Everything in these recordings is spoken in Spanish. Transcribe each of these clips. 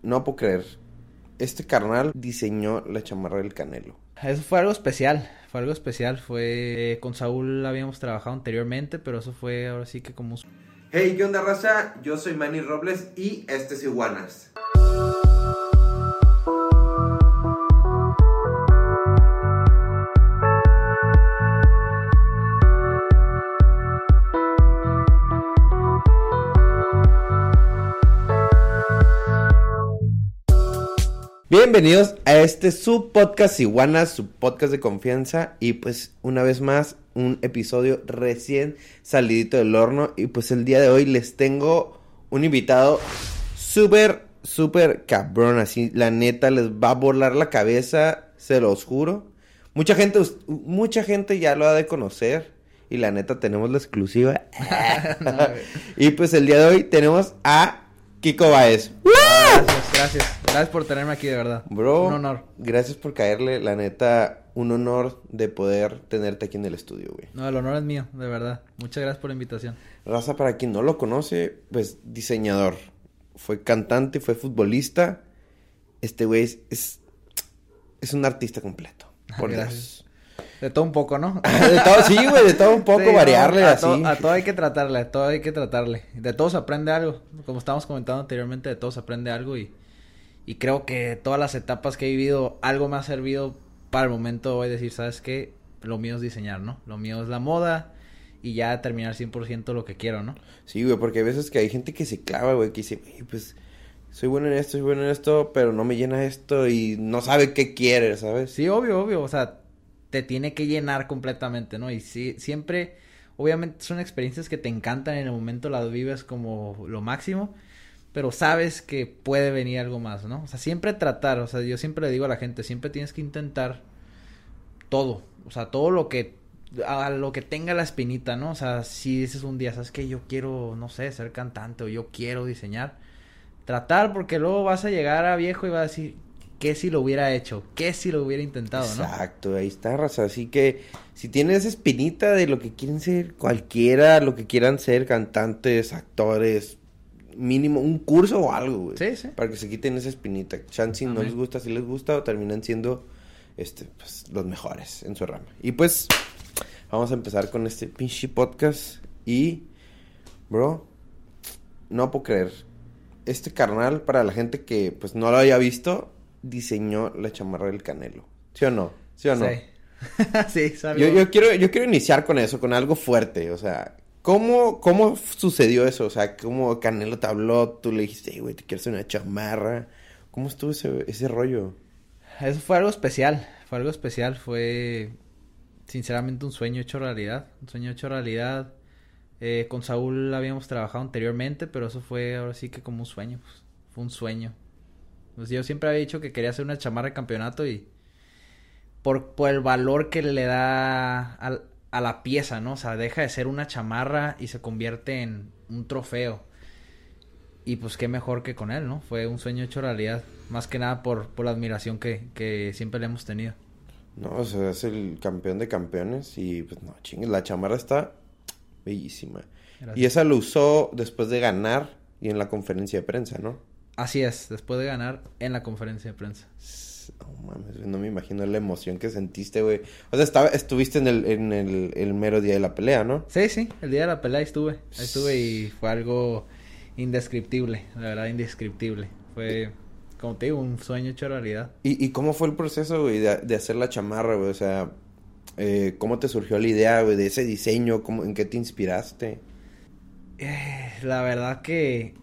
No puedo creer. Este carnal diseñó la chamarra del Canelo. Eso fue algo especial. Fue con Saúl habíamos trabajado anteriormente, pero eso fue ahora sí que como... Hey, ¿qué onda, raza? Yo soy Manny Robles y este es Iguanas. Bienvenidos a su podcast Iguanas, su podcast de confianza. Y pues una vez más, un episodio recién salidito del horno. Y pues el día de hoy les tengo un invitado súper cabrón. Así, la neta, les va a volar la cabeza, se los juro. Mucha gente ya lo ha de conocer. Y la neta, tenemos la exclusiva. Y pues el día de hoy tenemos a Kiko Báez. Gracias por tenerme aquí, de verdad. Bro, un honor. Gracias por caerle, la neta, un honor de poder tenerte aquí en el estudio, güey. No, el honor es mío, de verdad. Muchas gracias por la invitación. Raza, para quien no lo conoce, pues diseñador. Fue cantante, fue futbolista. Este güey es un artista completo. Por Dios. De todo un poco, ¿no? De todo, sí, güey, de todo un poco, sí, variarle no, así. A todo hay que tratarle, De todo se aprende algo. Como estábamos comentando anteriormente, de todo se aprende algo y creo que todas las etapas que he vivido, algo me ha servido para el momento hoy decir, ¿sabes qué? Lo mío es diseñar, ¿no? Lo mío es la moda y ya terminar 100% lo que quiero, ¿no? Sí, güey, porque hay veces que hay gente que se clava, güey, que dice, güey, pues soy bueno en esto, pero no me llena esto y no sabe qué quiere, ¿sabes? Sí, obvio, o sea, te tiene que llenar completamente, ¿no? Y sí, siempre, obviamente son experiencias que te encantan, en el momento las vives como lo máximo, pero sabes que puede venir algo más, ¿no? O sea, siempre tratar, o sea, yo siempre le digo a la gente, siempre tienes que intentar todo, o sea, todo lo que, a lo que tenga la espinita, ¿no? O sea, si dices un día, ¿sabes qué? Yo quiero, no sé, ser cantante o yo quiero diseñar, tratar, porque luego vas a llegar a viejo y vas a decir, ¿qué si lo hubiera hecho? ¿Qué si lo hubiera intentado, no? Exacto, ahí está, raza. Así que si tienes esa espinita de lo que quieren ser cualquiera, lo que quieran ser, cantantes, actores, mínimo un curso o algo, güey. Sí. Para que se quiten esa espinita. Chance no les gusta, si les gusta, o terminan siendo, pues, los mejores en su rama. Y pues, vamos a empezar con este pinche podcast. Y, bro, no puedo creer. Este carnal, para la gente que, pues, no lo haya visto, diseñó la chamarra del Canelo. ¿Sí o no? Sí. Sí, sabía. Yo quiero iniciar con eso, con algo fuerte, o sea, ¿cómo sucedió eso? O sea, ¿cómo Canelo te habló? Tú le dijiste, hey, güey, te quiero hacer una chamarra. ¿Cómo estuvo ese rollo? Eso fue algo especial, fue sinceramente un sueño hecho realidad, con Saúl habíamos trabajado anteriormente, pero eso fue ahora sí que como un sueño, pues, fue un sueño. Pues yo siempre había dicho que quería hacer una chamarra de campeonato y por el valor que le da a la pieza, ¿no? O sea, deja de ser una chamarra y se convierte en un trofeo. Y pues qué mejor que con él, ¿no? Fue un sueño hecho realidad. Más que nada por la admiración que siempre le hemos tenido. No, o sea, es el campeón de campeones y pues no, chingues, la chamarra está bellísima. Gracias. Y esa lo usó después de ganar y en la conferencia de prensa, ¿no? Así es, después de ganar en la conferencia de prensa. No mames, no me imagino la emoción que sentiste, güey. O sea, estuviste en el mero día de la pelea, ¿no? Sí, el día de la pelea estuve y fue algo indescriptible, la verdad, indescriptible. Fue, como te digo, un sueño hecho realidad. ¿Y cómo fue el proceso, güey, de hacer la chamarra, güey? O sea, ¿cómo te surgió la idea, güey, de ese diseño? ¿En qué te inspiraste? La verdad que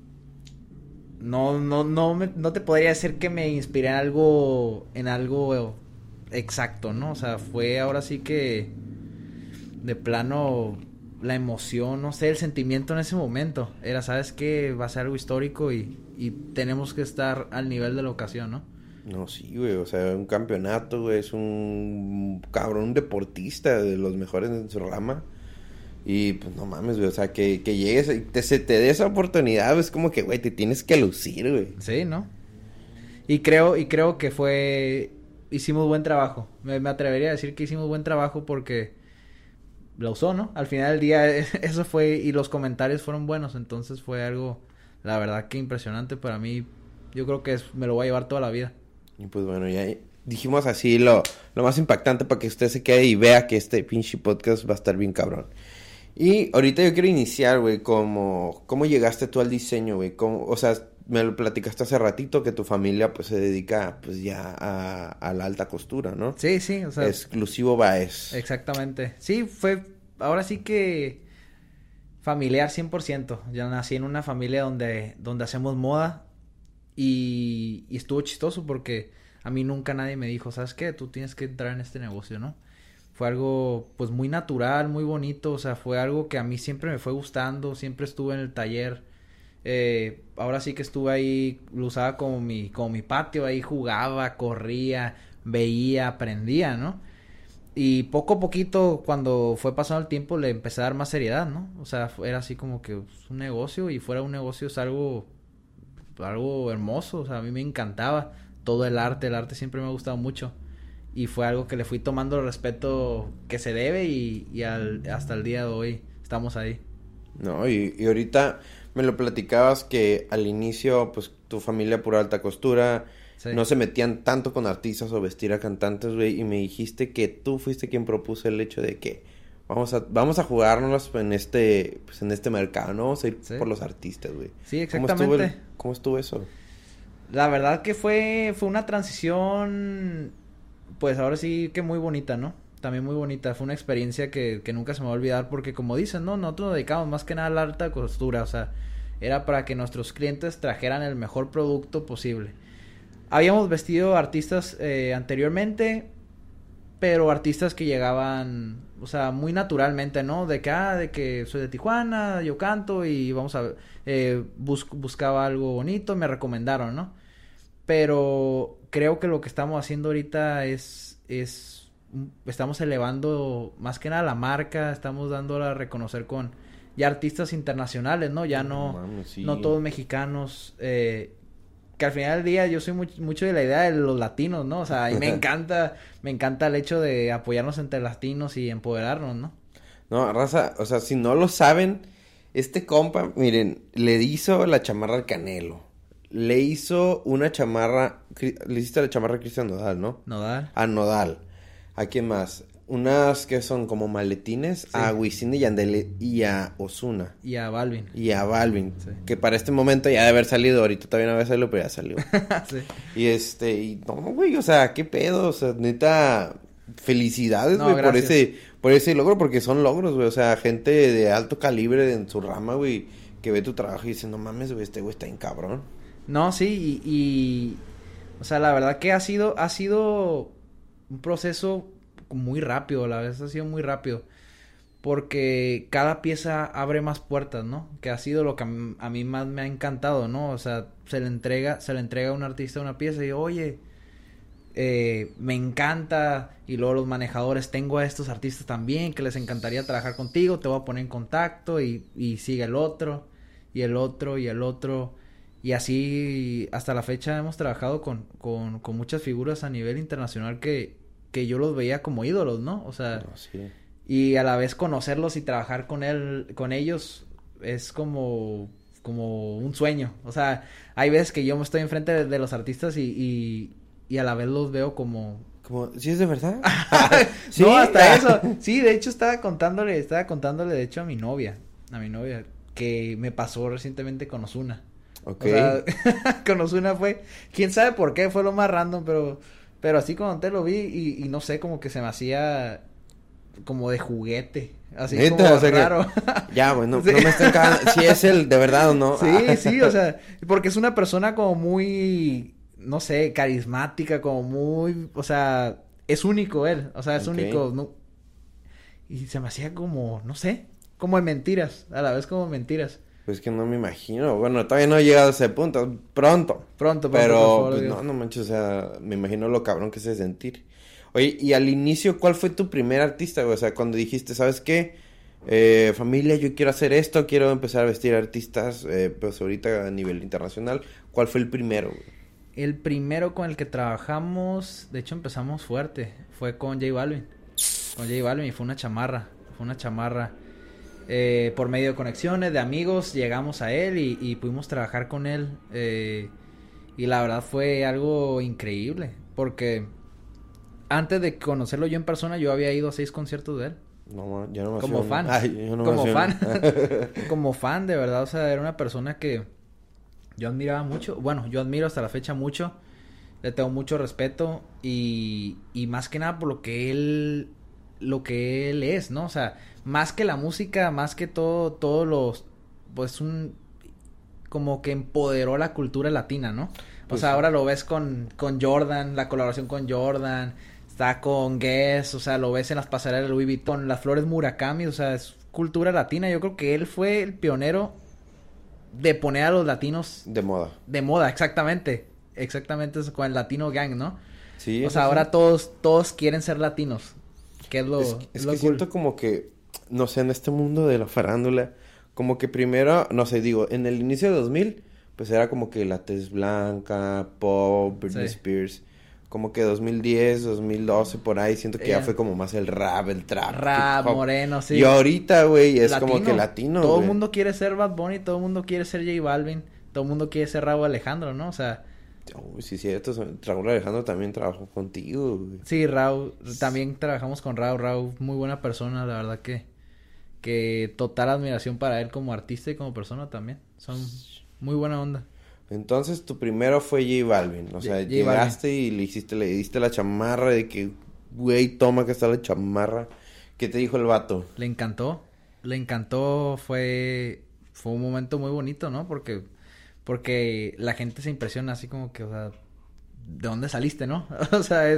no te podría decir que me inspiré en algo exacto, ¿no? O sea, fue ahora sí que de plano la emoción, no sé, el sentimiento en ese momento. Era, ¿sabes qué? Va a ser algo histórico y tenemos que estar al nivel de la ocasión, ¿no? No, sí, güey, o sea, un campeonato, güey, es un cabrón, un deportista de los mejores en su rama. Y pues no mames, güey, o sea, que llegues y se te dé esa oportunidad, es como que, güey, te tienes que lucir, güey. Sí, ¿no? Y creo que hicimos buen trabajo. Me atrevería a decir que hicimos buen trabajo porque la usó, ¿no? Al final del día eso fue, y los comentarios fueron buenos, entonces fue algo, la verdad que impresionante para mí. yo creo que me lo voy a llevar toda la vida. Y pues bueno, ya dijimos así lo más impactante para que usted se quede y vea que este pinche podcast va a estar bien cabrón. Y ahorita yo quiero iniciar, güey, ¿cómo llegaste tú al diseño, güey? O sea, me lo platicaste hace ratito que tu familia, pues, se dedica, pues, ya a la alta costura, ¿no? Sí, sí, o sea. Exclusivo Baez. Exactamente. Sí, ahora sí que familiar 100%. Ya nací en una familia donde hacemos moda y estuvo chistoso porque a mí nunca nadie me dijo, ¿sabes qué? Tú tienes que entrar en este negocio, ¿no? Fue algo, pues, muy natural, muy bonito, o sea, fue algo que a mí siempre me fue gustando, siempre estuve en el taller, ahora sí que estuve ahí, lo usaba como mi patio, ahí jugaba, corría, veía, aprendía, ¿no? Y poco a poquito, cuando fue pasando el tiempo, le empecé a dar más seriedad, ¿no? O sea, era así como que un negocio, y fuera un negocio es algo hermoso, o sea, a mí me encantaba todo el arte siempre me ha gustado mucho. Y fue algo que le fui tomando el respeto que se debe hasta el día de hoy estamos ahí. No, y ahorita me lo platicabas que al inicio, pues, tu familia pura alta costura, sí, no se metían tanto con artistas o vestir a cantantes, güey, y me dijiste que tú fuiste quien propuso el hecho de que vamos a jugárnoslas en este mercado, ¿no? Vamos a ir, sí, por los artistas, güey. Sí, exactamente. ¿Cómo estuvo eso? La verdad que fue una transición, pues ahora sí que muy bonita, ¿no? También muy bonita. Fue una experiencia que nunca se me va a olvidar porque, como dicen, ¿no? Nosotros nos dedicamos más que nada a la alta costura. O sea, era para que nuestros clientes trajeran el mejor producto posible. Habíamos vestido artistas anteriormente, pero artistas que llegaban, o sea, muy naturalmente, ¿no? De que soy de Tijuana, yo canto y vamos a buscaba algo bonito, me recomendaron, ¿no? Pero creo que lo que estamos haciendo ahorita estamos elevando más que nada la marca, estamos dándola a reconocer con ya artistas internacionales, ¿no? Ya no todos mexicanos, que al final del día yo soy mucho de la idea de los latinos, ¿no? O sea, y me encanta el hecho de apoyarnos entre latinos y empoderarnos, ¿no? No, raza, o sea, si no lo saben, este compa, miren, le hizo la chamarra al Canelo. Le hizo una chamarra, le hiciste la chamarra a Cristian Nodal, ¿no? Nodal. A Nodal. ¿A quién más? Unas que son como maletines, sí, a Wisin y Yandel y a Ozuna. Y a Balvin. Sí. Que para este momento ya debe haber salido, ahorita todavía no había salido, pero ya salió. Sí. Y no, güey, o sea, qué pedo, o sea, neta, felicidades, güey, por ese logro, porque son logros, güey, o sea, gente de alto calibre en su rama, güey, que ve tu trabajo y dice, no mames, güey, este güey está bien cabrón. No, sí, o sea, la verdad que ha sido un proceso muy rápido, a la vez ha sido muy rápido, porque cada pieza abre más puertas, ¿no? Que ha sido lo que a mí más me ha encantado, ¿no? O sea, se le entrega a un artista una pieza y oye, me encanta, y luego los manejadores, tengo a estos artistas también que les encantaría trabajar contigo, te voy a poner en contacto y sigue el otro, y el otro, y el otro. Y así hasta la fecha hemos trabajado con muchas figuras a nivel internacional que yo los veía como ídolos, ¿no? O sea, sí, y a la vez conocerlos y trabajar con ellos es como un sueño. O sea, hay veces que yo me estoy enfrente de los artistas y a la vez los veo como... ¿Sí es de verdad? ¿Sí? No, hasta eso. Sí, de hecho estaba contándole de hecho a mi novia, que me pasó recientemente con Ozuna. Okay. O sea, con Ozuna fue, quién sabe por qué, fue lo más random, pero así cuando te lo vi y no sé, como que se me hacía como de juguete, así como o sea raro. Ya, bueno, sí, no me están cagando, si es el de verdad o no. Sí, o sea, porque es una persona como muy, no sé, carismática, como muy, o sea, es único él, o sea, es único, no, y se me hacía como, no sé, como de mentiras, a la vez como mentiras. Pues que no me imagino. Bueno, todavía no he llegado a ese punto. Pronto. Pero, favor, pues no manches, o sea, me imagino lo cabrón que se debe sentir. Oye, y al inicio, ¿cuál fue tu primer artista, güey? O sea, cuando dijiste, ¿sabes qué? Familia, yo quiero hacer esto, quiero empezar a vestir artistas, pues ahorita a nivel internacional. ¿Cuál fue el primero, güey? El primero con el que trabajamos, de hecho empezamos fuerte, fue con J Balvin. Y fue una chamarra. Por medio de conexiones, de amigos, llegamos a él y pudimos trabajar con él. Y la verdad fue algo increíble. Porque antes de conocerlo yo en persona, yo había ido a 6 conciertos de él. No, yo no me Como fan. Ay, yo no como me fan. Como fan, de verdad. O sea, era una persona que yo admiraba mucho. Bueno, yo admiro hasta la fecha mucho. Le tengo mucho respeto. Y más que nada por lo que él es, ¿no? O sea, más que la música, más que todos los, pues como que empoderó la cultura latina, ¿no? Pues o sea, sí. ahora lo ves con Jordan, la colaboración con Jordan, está con Guess, o sea, lo ves en las pasarelas de Louis Vuitton, las flores Murakami, o sea, es cultura latina. Yo creo que él fue el pionero de poner a los latinos De moda. de moda, exactamente. Exactamente eso, con el Latino Gang, ¿no? Sí, O eso sea, sí. ahora todos quieren ser latinos. Que es lo, Es lo que cool. siento como que, no sé, en este mundo de la farándula, como que primero, no sé, digo, en el inicio de 2000, pues era como que la tez blanca, pop, Britney Sí. Spears. Como que 2010, 2012, por ahí, siento que ya Ya. fue como más el rap, el trap, Rap, hip hop. moreno, sí. Y ahorita, güey, es como que latino, Todo el güey. mundo quiere ser Bad Bunny, todo el mundo quiere ser J Balvin, todo el mundo quiere ser Rauw Alejandro, ¿no? O sea, Uy, sí, cierto, Raúl Alejandro también trabajó contigo, güey. sí, Rauw, también trabajamos con Rauw, muy buena persona, la verdad que total admiración para él como artista y como persona también. Son muy buena onda. Entonces, tu primero fue J Balvin. O sea, J llegaste y le diste la chamarra de que, güey, toma que está la chamarra. ¿Qué te dijo el vato? Le encantó, fue un momento muy bonito, ¿no? Porque la gente se impresiona así como que, o sea, ¿de dónde saliste, no? O sea,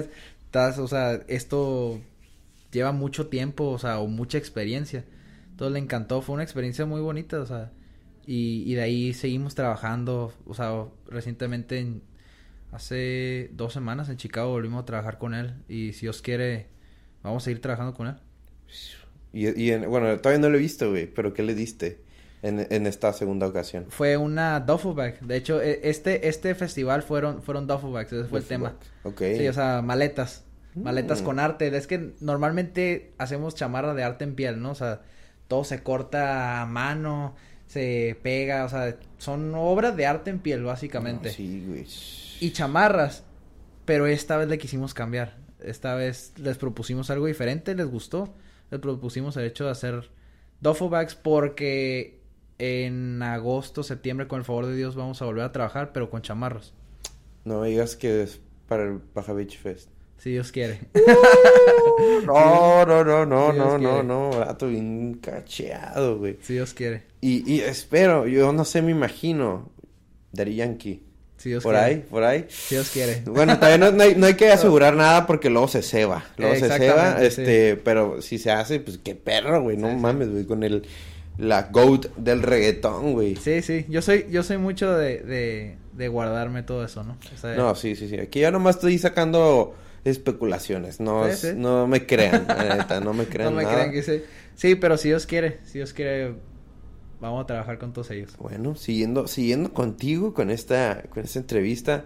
esto lleva mucho tiempo, o sea, o mucha experiencia. Entonces le encantó, fue una experiencia muy bonita, o sea, y de ahí seguimos trabajando, o sea, recientemente hace 2 semanas en Chicago volvimos a trabajar con él y si Dios quiere vamos a seguir trabajando con él. Bueno, todavía no lo he visto, güey, pero ¿qué le diste en esta segunda ocasión? Fue una duffel bag. De hecho, este festival fueron duffel bags. Ese fue el tema. Ok. Sí, o sea, maletas. Maletas Mm. con arte. Es que normalmente hacemos chamarra de arte en piel, ¿no? O sea, todo se corta a mano, se pega, o sea, son obras de arte en piel, básicamente. No, sí, güey. Y chamarras, pero esta vez le quisimos cambiar. Esta vez les propusimos algo diferente, les gustó. Les propusimos el hecho de hacer duffel bags porque en agosto, septiembre, con el favor de Dios, vamos a volver a trabajar, pero con chamarras. No me digas que es para el Baja Beach Fest. Si Dios quiere. No, Si Dios quiere. no, vato bien cacheado, güey. Si Dios quiere. Y espero, yo no sé, me imagino, Daddy Yankee. Si Dios Por quiere. ahí. Si Dios quiere. Bueno, todavía no hay que asegurar nada porque luego se ceba. Luego se ceba, Exactamente, sí. pero si se hace, pues qué perro, güey, no Sí, sí. mames, güey, con la GOAT del reggaetón, güey. Sí, sí. Yo soy mucho de guardarme todo eso, ¿no? O sea, No, sí. Aquí ya nomás estoy sacando especulaciones, Sí, sí. no me crean, la neta, no me crean no me nada. crean que sí. Sí, pero si Dios quiere, vamos a trabajar con todos ellos. Bueno, siguiendo contigo con esta entrevista,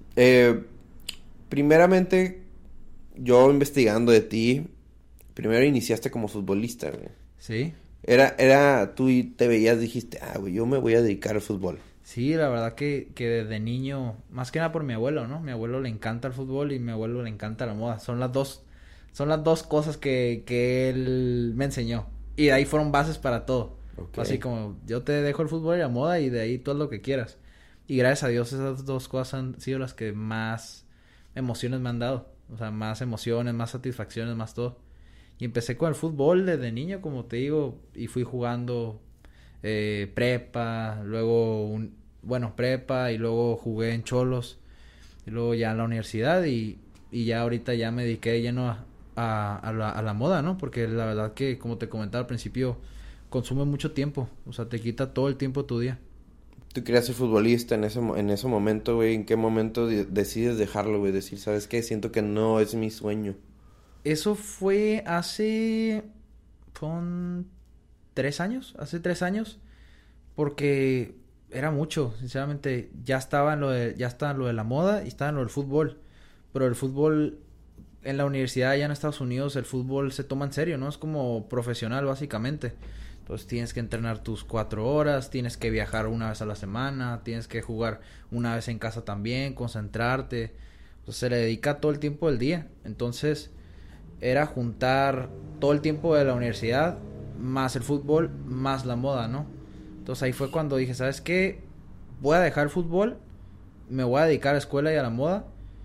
primeramente, yo investigando de ti, primero iniciaste como futbolista, güey. Sí. Tú y te veías, dijiste, güey, yo me voy a dedicar al fútbol. Sí, la verdad que desde niño, más que nada por mi abuelo, ¿no? Mi abuelo le encanta el fútbol y mi abuelo le encanta la moda. Son las dos cosas que él me enseñó. Y de ahí fueron bases para todo. Ok. Así como, yo te dejo el fútbol y la moda y de ahí tú haz lo que quieras. Y gracias a Dios esas dos cosas han sido las que más emociones me han dado. O sea, más emociones, más satisfacciones, más todo. Y empecé con el fútbol desde niño, como te digo, y fui jugando prepa, luego prepa y luego jugué en Cholos y luego ya en la universidad y ya ahorita ya me dediqué lleno a la moda, ¿no? Porque la verdad que, como te comentaba al principio, consume mucho tiempo, o sea, te quita todo el tiempo de tu día. Tú querías ser futbolista en ese momento, güey. ¿En qué momento decides dejarlo, güey? Decir, ¿sabes qué? Siento que no es mi sueño. Eso fue hace 3 años, porque era mucho, sinceramente. Ya estaba en lo de la moda y estaba en lo del fútbol, pero el fútbol en la universidad allá en Estados Unidos, el fútbol se toma en serio, ¿no? Es como profesional básicamente. Entonces tienes que entrenar tus 4 horas, tienes que viajar una vez a la semana, tienes que jugar una vez en casa también, concentrarte. O sea, se le dedica todo el tiempo del día. Entonces era juntar todo el tiempo de la universidad, más el fútbol, más la moda, ¿no? Entonces ahí fue cuando dije, ¿sabes qué? Voy a dejar el fútbol, me voy a dedicar a la escuela y a la moda.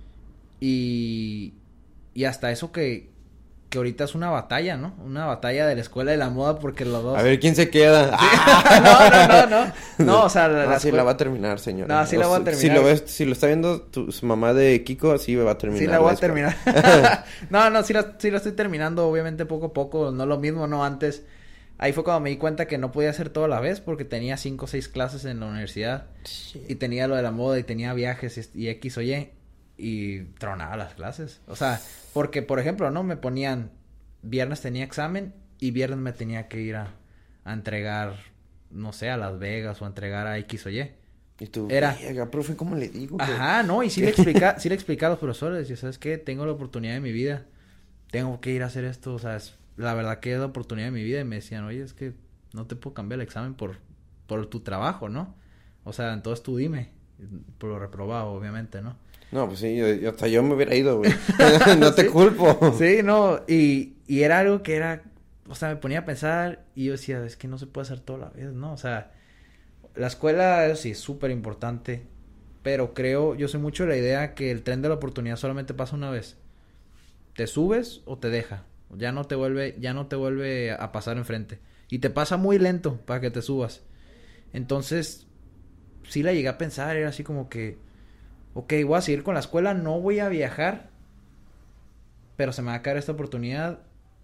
Y hasta eso que ahorita es una batalla, ¿no? Una batalla de la escuela y la moda porque los dos... A ver, ¿quién se queda? No, o sea... Sí la va a terminar, señor. No, sí la va a terminar. Si lo ves, si lo está viendo su mamá de Kiko, sí va a terminar. Sí la voy a terminar. No, sí la estoy terminando, obviamente, poco a poco. No lo mismo, ¿no? Antes... Ahí fue cuando me di cuenta que no podía hacer todo a la vez porque tenía 5 o 6 clases en la universidad. Sí. Y tenía lo de la moda y tenía viajes y X o Y. Y tronaba las clases. O sea, porque, por ejemplo, ¿no? Me ponían... Viernes tenía examen y viernes me tenía que ir a entregar, no sé, a Las Vegas o a entregar a X o Y. Y tú, era... profe, ¿cómo le digo? Ajá, no, y sí le explica a los profesores. Y ¿sabes qué? Tengo la oportunidad de mi vida. Tengo que ir a hacer esto. O sea, es la verdad que es la oportunidad de mi vida. Y me decían, oye, es que no te puedo cambiar el examen por tu trabajo, ¿no? O sea, entonces tú dime. Por lo reprobado, obviamente, ¿no? No, pues sí, hasta yo me hubiera ido, güey. No te culpo. Sí, no, y era algo que era, o sea, me ponía a pensar y yo decía, es que no se puede hacer todo a la vez, ¿no? O sea, la escuela sí es súper importante, pero yo soy mucho de la idea que el tren de la oportunidad solamente pasa una vez. Te subes o te deja. Ya no te vuelve a pasar enfrente. Y te pasa muy lento para que te subas. Entonces, sí la llegué a pensar, era así como que, ok, voy a seguir con la escuela, no voy a viajar, pero se me va a caer esta oportunidad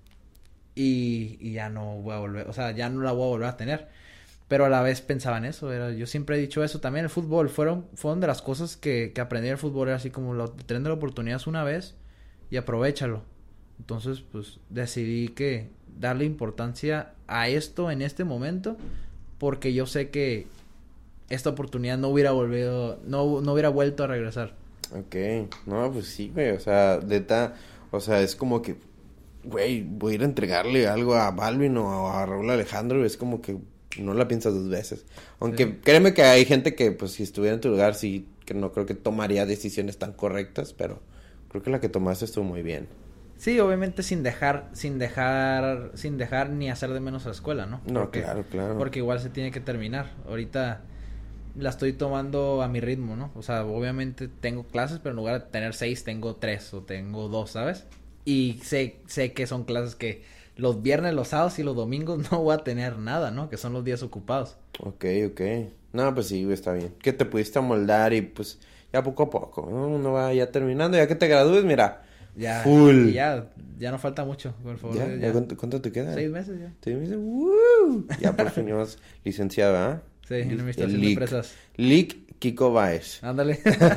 y ya no voy a volver, o sea, ya no la voy a volver a tener. Pero a la vez pensaba en eso, yo siempre he dicho eso también, el fútbol, fueron de las cosas que aprendí del fútbol, era así como, el tren de la oportunidad es una vez y aprovéchalo. Entonces, pues, decidí que darle importancia a esto en este momento, porque yo sé que esta oportunidad no hubiera vuelto a regresar. Ok, no, pues sí, güey, o sea, es como que, güey, voy a ir a entregarle algo a Balvin o a Raúl Alejandro, es como que no la piensas 2 veces. Aunque sí. Créeme que hay gente que, pues, si estuviera en tu lugar, sí, que no creo que tomaría decisiones tan correctas, pero creo que la que tomaste estuvo muy bien. Sí, obviamente sin dejar ni hacer de menos a la escuela, ¿no? No, claro. Porque igual se tiene que terminar. Ahorita la estoy tomando a mi ritmo, ¿no? O sea, obviamente tengo clases, pero en lugar de tener 6, tengo 3 o tengo 2, ¿sabes? Y sé que son clases que los viernes, los sábados y los domingos no voy a tener nada, ¿no? Que son los días ocupados. Ok. No, pues sí, está bien. Que te pudiste amoldar y pues ya poco a poco, ¿no? Uno va ya terminando, ya que te gradúes, mira... Ya, full. Y ya no falta mucho, por favor. ¿Ya? ¿Cuánto te queda? 6 meses ya. 6 meses, ¡woo! Ya por fin vas licenciado, ¿ah? Sí, en administración de empresas. Lic Kiko Báez. Ándale.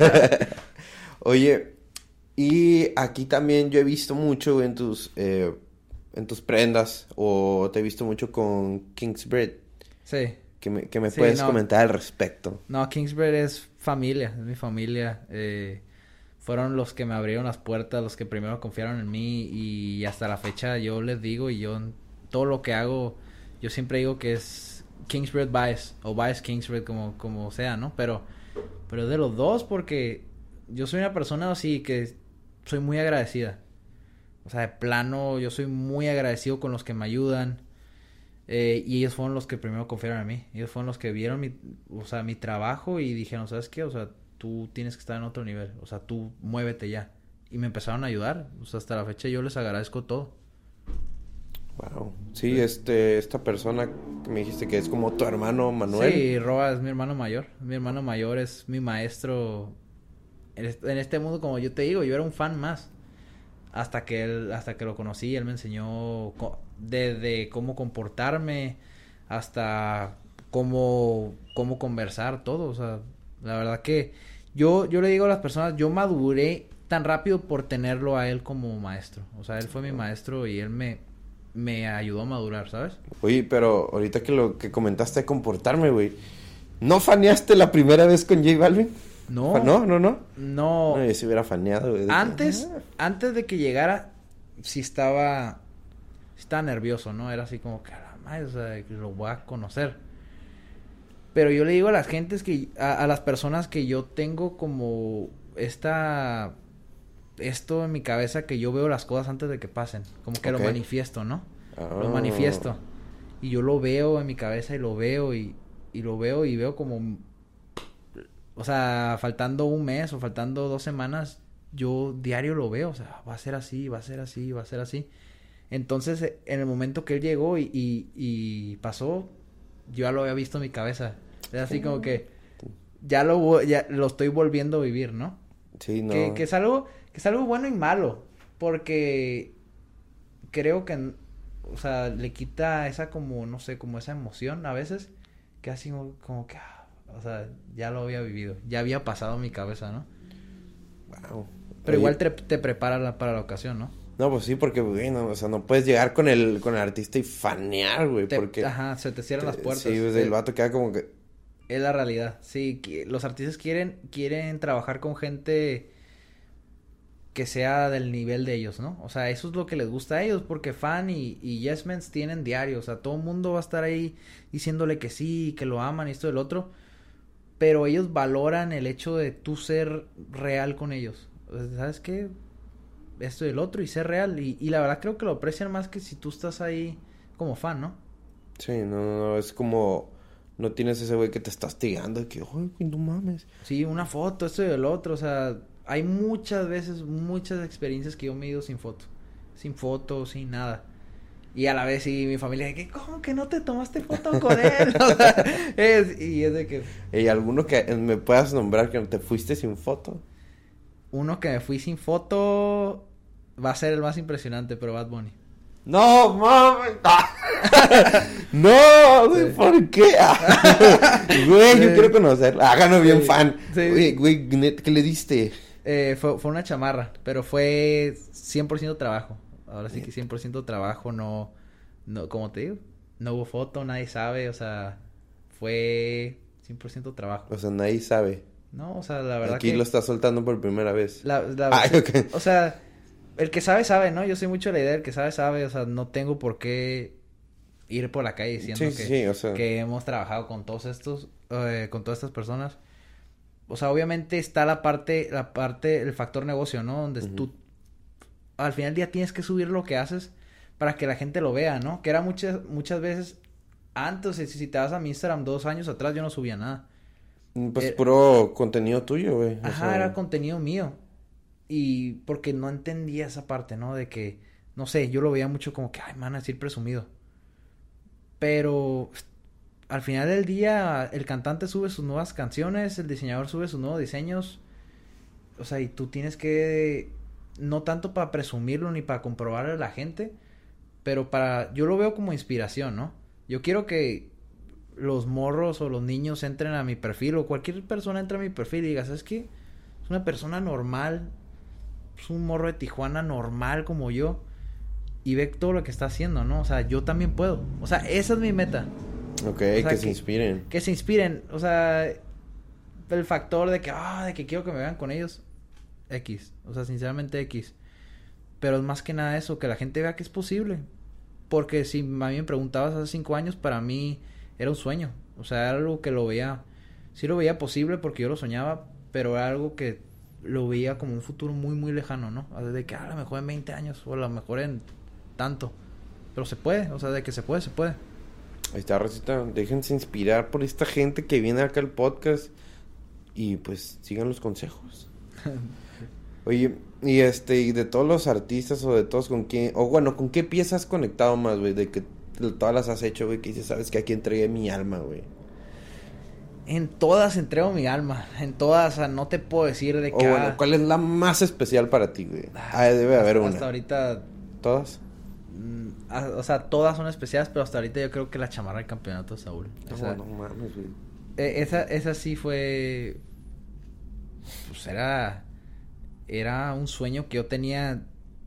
Oye, y aquí también yo he visto mucho en tus prendas, o te he visto mucho con Kingsbread. Sí. Que me puedes comentar al respecto. No, Kingsbread es familia, es mi familia. Fueron los que me abrieron las puertas, los que primero confiaron en mí y hasta la fecha yo les digo y yo todo lo que hago, yo siempre digo que es Kingsbread Báez o Báez Kingsbread como sea, ¿no? Pero es de los dos porque yo soy una persona así que soy muy agradecida. O sea, de plano yo soy muy agradecido con los que me ayudan y ellos fueron los que primero confiaron en mí. Ellos fueron los que vieron mi trabajo y dijeron, ¿sabes qué? O sea, tú tienes que estar en otro nivel, o sea, tú muévete ya. Y me empezaron a ayudar, o sea, hasta la fecha yo les agradezco todo. Wow. Sí, esta persona que me dijiste que es como tu hermano Manuel. Sí, Roa es mi hermano mayor. Mi hermano mayor es mi maestro en este mundo, como yo te digo, yo era un fan más. Hasta que lo conocí, él me enseñó desde cómo comportarme hasta cómo conversar, todo, o sea, la verdad que yo le digo a las personas, yo maduré tan rápido por tenerlo a él como maestro. O sea, él fue mi maestro y él me ayudó a madurar, ¿sabes? Oye, pero ahorita que lo que comentaste de comportarme, güey, ¿no faneaste la primera vez con J Balvin? No. No, yo se hubiera faneado, güey. Antes de que llegara, sí estaba nervioso, ¿no? Era así como que, a la madre, o sea, lo voy a conocer. Pero yo le digo a las gentes a las personas que yo tengo como esto en mi cabeza, que yo veo las cosas antes de que pasen. Como que lo manifiesto, ¿no? Lo manifiesto. Y yo lo veo en mi cabeza y lo veo y lo veo y veo como... O sea, faltando un mes o faltando 2 semanas, yo diario lo veo. O sea, va a ser así, va a ser así, va a ser así. Entonces, en el momento que él llegó y pasó, yo ya lo había visto en mi cabeza. Es así como que ya lo estoy volviendo a vivir, ¿no? Sí, no. Que es algo bueno y malo. Porque creo que, o sea, le quita esa como, no sé, como esa emoción a veces. Que así como que, o sea, ya lo había vivido. Ya había pasado en mi cabeza, ¿no? Wow. Pero igual te prepara para la ocasión, ¿no? No, pues sí, porque, güey, no, o sea, no puedes llegar con el artista y fanear, güey, porque... Ajá, se te cierran las puertas. Sí, pues el vato queda como que... Es la realidad, sí, los artistas quieren trabajar con gente que sea del nivel de ellos, ¿no? O sea, eso es lo que les gusta a ellos, porque Fan y Yes Men tienen diario, o sea, todo el mundo va a estar ahí diciéndole que sí, que lo aman y esto y el otro, pero ellos valoran el hecho de tú ser real con ellos. O sea, ¿sabes qué? Esto y el otro, y ser real, y la verdad creo que lo aprecian más que si tú estás ahí como fan, ¿no? Sí, no, es como... No tienes ese güey que te está hostigando de que, ay, güey, no mames. Sí, una foto, esto y el otro, o sea, hay muchas veces, muchas experiencias que yo me he ido sin foto, sin nada. Y a la vez sí, mi familia, que ¿cómo que no te tomaste foto con él? O sea, es de que... ¿Y alguno que me puedas nombrar que te fuiste sin foto? Uno que me fui sin foto va a ser el más impresionante, pero Bad Bunny. ¡No, mames! ¡No! Güey, sí. ¿Por qué? Güey, yo quiero conocerlo. Háganos bien fan. Sí. Güey, ¿qué le diste? Fue una chamarra, pero fue 100% trabajo. Ahora sí que 100% trabajo, no, como te digo, no hubo foto, nadie sabe, o sea, fue 100% trabajo. O sea, nadie sabe. No, o sea, la verdad Aquí que... lo está soltando por primera vez. Ay, okay. O sea, el que sabe, sabe, ¿no? Yo soy mucho de la idea del que sabe, o sea, no tengo por qué ir por la calle diciendo o sea... que hemos trabajado con todos estos, con todas estas personas. O sea, obviamente está la parte, el factor negocio, ¿no? Donde tú, al final del día tienes que subir lo que haces para que la gente lo vea, ¿no? Que era muchas veces, antes, si te vas a mi Instagram 2 años atrás, yo no subía nada. Pues puro contenido tuyo, güey. Ajá, era contenido mío. Y porque no entendía esa parte, ¿no? De que, no sé, yo lo veía mucho como que, ay, me van a decir presumido. Pero al final del día, el cantante sube sus nuevas canciones, el diseñador sube sus nuevos diseños. O sea, y tú tienes que, no tanto para presumirlo ni para comprobarle a la gente, pero yo lo veo como inspiración, ¿no? Yo quiero que los morros o los niños entren a mi perfil, o cualquier persona entre a mi perfil y diga, ¿sabes qué? Es una persona normal, es un morro de Tijuana normal como yo, y ve todo lo que está haciendo, ¿no? O sea, yo también puedo. O sea, esa es mi meta. Ok, o sea, que se inspiren. Que se inspiren. O sea, el factor de que quiero que me vean con ellos, X. O sea, sinceramente X. Pero es más que nada eso, que la gente vea que es posible. Porque si a mí me preguntabas hace 5 años, para mí era un sueño. O sea, era algo que sí lo veía posible porque yo lo soñaba, pero era algo que lo veía como un futuro muy, muy lejano, ¿no? De que a lo mejor en 20 años, o a lo mejor en tanto. Pero se puede, o sea, de que se puede. Ahí está, Rosita. Déjense inspirar por esta gente que viene acá al podcast. Y pues sigan los consejos. Oye, y de todos los artistas o de todos con quién... O bueno, ¿con qué piezas has conectado más, güey? De que todas las has hecho, güey, que dices, sabes que aquí entregué mi alma, güey. En todas entrego mi alma. En todas, o sea, no te puedo decir de que... bueno, ¿cuál es la más especial para ti, güey? Debe haber una. Hasta ahorita... ¿Todas? O sea, todas son especiales, pero hasta ahorita yo creo que la chamarra del campeonato, Saúl. O sea, no mames, güey. Esa sí fue... Pues era un sueño que yo tenía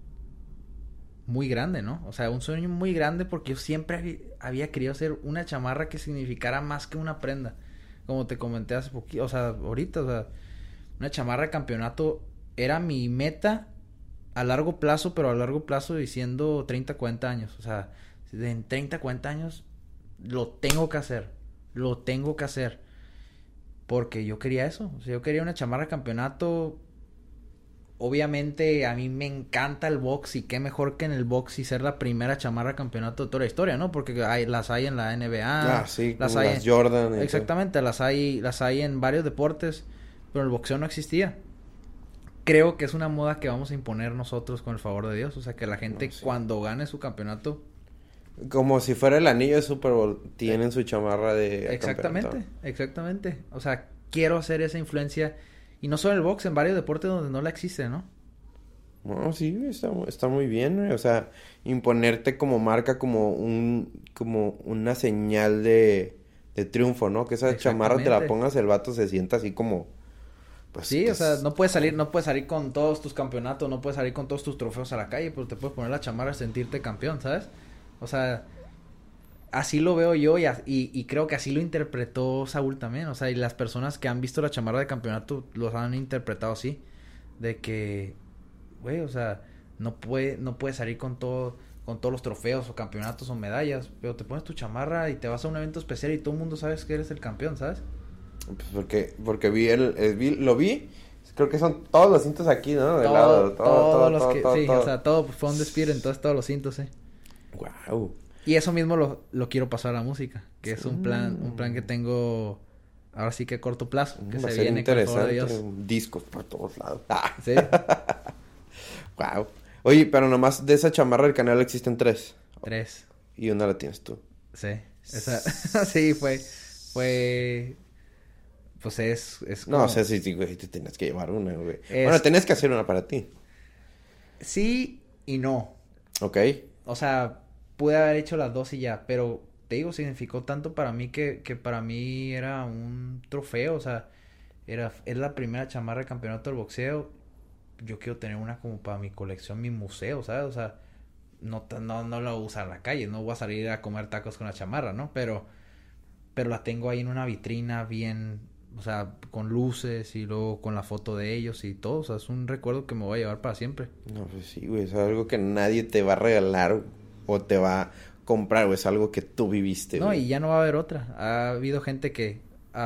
muy grande, ¿no? O sea, un sueño muy grande porque yo siempre había querido hacer una chamarra que significara más que una prenda. Como te comenté hace poquito, o sea, ahorita, o sea, una chamarra de campeonato era mi meta a largo plazo, pero a largo plazo diciendo 30, 40 años. O sea, en 30, 40 años lo tengo que hacer. Lo tengo que hacer. Porque yo quería eso. O sea, yo quería una chamarra de campeonato. Obviamente, a mí me encanta el box. Y qué mejor que en el box y ser la primera chamarra de campeonato de toda la historia, ¿no? Porque las hay en la NBA. Ah, sí, las como hay las Jordan. exactamente, las hay en varios deportes. Pero el boxeo no existía. Creo que es una moda que vamos a imponer nosotros con el favor de Dios. O sea, que la gente cuando gane su campeonato... Como si fuera el anillo de Super Bowl, tienen su chamarra de Exactamente. O sea, quiero hacer esa influencia. Y no solo en el box, en varios deportes donde no la existe, ¿no? No, sí, está muy bien, güey. O sea, imponerte como marca, como una señal de triunfo, ¿no? Que esa chamarra te la pongas, el vato se sienta así como... Pues, sí, o sea, no puedes salir con todos tus campeonatos, no puedes salir con todos tus trofeos a la calle, pero te puedes poner la chamarra y sentirte campeón, ¿sabes? O sea, así lo veo yo y creo que así lo interpretó Saúl también. O sea, y las personas que han visto la chamarra de campeonato los han interpretado así. De que, güey, o sea, no puede salir con todos los trofeos o campeonatos o medallas. Pero te pones tu chamarra y te vas a un evento especial y todo el mundo sabe que eres el campeón, ¿sabes? Pues porque lo vi. Creo que son todos los cintos aquí, ¿no? De todo, lado, sí, o sea, todo fue un desfile, entonces todos los cintos, Wow. Y eso mismo lo quiero pasar a la música, que es un plan que tengo ahora sí que a corto plazo, que va se a ser viene con el favor de interesante, Dios. discos por todos lados. Sí. Wow. Oye, pero nomás de esa chamarra del canal existen 3. 3. Y una la tienes tú. Sí. Esa sí fue pues es como... No, o sea, sí, güey, te tenías que llevar una, güey. Bueno, tenías que hacer una para ti. Sí y no. Ok. O sea, pude haber hecho las dos y ya, pero te digo, significó tanto para mí que para mí era un trofeo, o sea, es la primera chamarra de campeonato del boxeo. Yo quiero tener una como para mi colección, mi museo, ¿sabes? O sea, no la voy a usar en la calle, no voy a salir a comer tacos con la chamarra, ¿no? Pero la tengo ahí en una vitrina bien, o sea, con luces y luego con la foto de ellos y todo, o sea, es un recuerdo que me voy a llevar para siempre. No, pues sí, güey, es algo que nadie te va a regalar o te va a comprar, güey, es algo que tú viviste, no, güey. y ya no va a haber otra. Ha habido gente que